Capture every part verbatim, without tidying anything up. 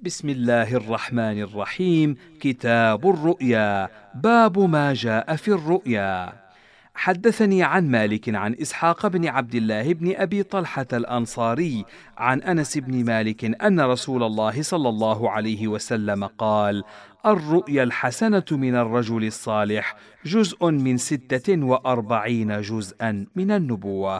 بسم الله الرحمن الرحيم. كتاب الرؤيا. باب ما جاء في الرؤيا. حدثني عن مالك عن إسحاق بن عبد الله بن أبي طلحة الأنصاري عن أنس بن مالك أن رسول الله صلى الله عليه وسلم قال: الرؤيا الحسنة من الرجل الصالح جزء من ستة وأربعين جزءا من النبوة.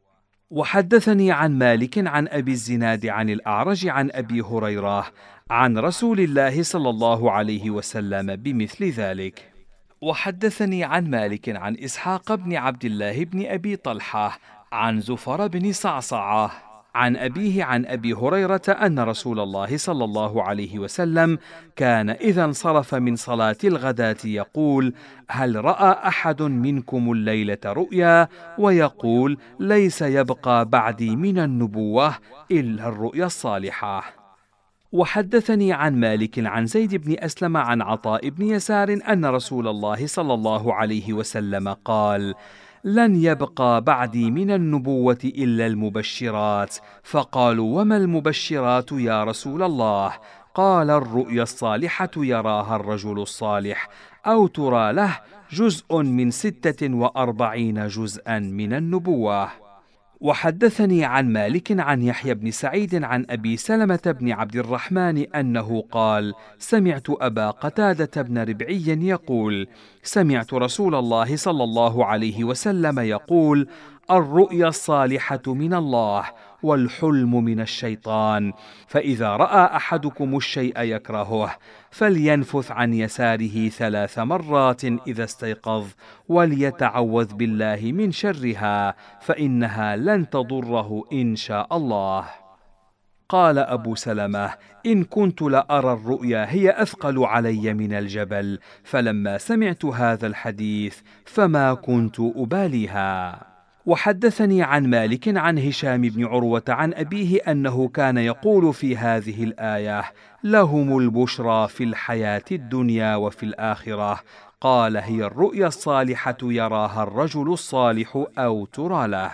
وحدثني عن مالك عن أبي الزناد عن الأعرج عن أبي هريرة عن رسول الله صلى الله عليه وسلم بمثل ذلك. وحدثني عن مالك عن إسحاق بن عبد الله بن أبي طلحة عن زفر بن صعصعة عن أبيه عن أبي هريرة أن رسول الله صلى الله عليه وسلم كان إذا انصرف من صلاة الغداة يقول: هل رأى أحد منكم الليلة رؤيا؟ ويقول: ليس يبقى بعدي من النبوة إلا الرؤيا الصالحة. وحدثني عن مالك عن زيد بن أسلم عن عطاء بن يسار أن رسول الله صلى الله عليه وسلم قال: لن يبقى بعدي من النبوة إلا المبشرات. فقالوا: وما المبشرات يا رسول الله؟ قال: الرؤيا الصالحة يراها الرجل الصالح أو ترى له جزء من ستة وأربعين جزءا من النبوة. وحدثني عن مالك عن يحيى بن سعيد عن أبي سلمة بن عبد الرحمن أنه قال: سمعت أبا قتادة بن ربعي يقول: سمعت رسول الله صلى الله عليه وسلم يقول: الرؤيا الصالحة من الله والحلم من الشيطان، فإذا رأى أحدكم الشيء يكرهه فلينفث عن يساره ثلاث مرات إذا استيقظ وليتعوذ بالله من شرها فإنها لن تضره إن شاء الله. قال أبو سلمة: إن كنت لأرى الرؤيا هي أثقل علي من الجبل، فلما سمعت هذا الحديث فما كنت أباليها. وحدثني عن مالك عن هشام بن عروة عن أبيه أنه كان يقول في هذه الآية: لهم البشرى في الحياة الدنيا وفي الآخرة. قال: هي الرؤيا الصالحة يراها الرجل الصالح أو ترى له.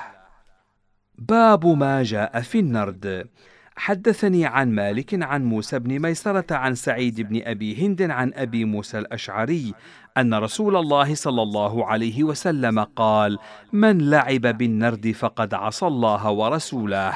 باب ما جاء في النرد. حدثني عن مالك عن موسى بن ميسرة عن سعيد بن أبي هند عن أبي موسى الأشعري أن رسول الله صلى الله عليه وسلم قال: من لعب بالنرد فقد عصى الله ورسوله.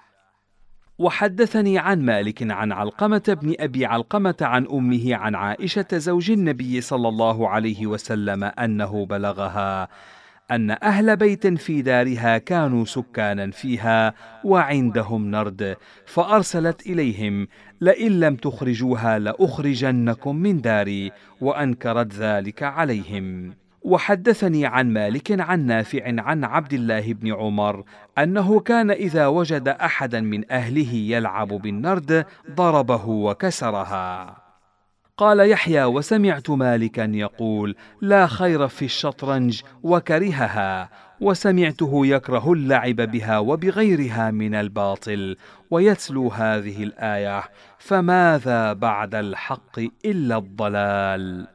وحدثني عن مالك عن علقمة بن أبي علقمة عن أمه عن عائشة زوج النبي صلى الله عليه وسلم أنه بلغها أن أهل بيت في دارها كانوا سكانا فيها وعندهم نرد، فأرسلت إليهم: لئن لم تخرجوها لأخرجنكم من داري، وأنكرت ذلك عليهم. وحدثني عن مالك عن نافع عن عبد الله بن عمر أنه كان إذا وجد أحدا من أهله يلعب بالنرد ضربه وكسرها. قال يحيى: وسمعت مالكا يقول: لا خير في الشطرنج وكرهها، وسمعته يكره اللعب بها وبغيرها من الباطل، ويتلو هذه الآية: فماذا بعد الحق إلا الضلال.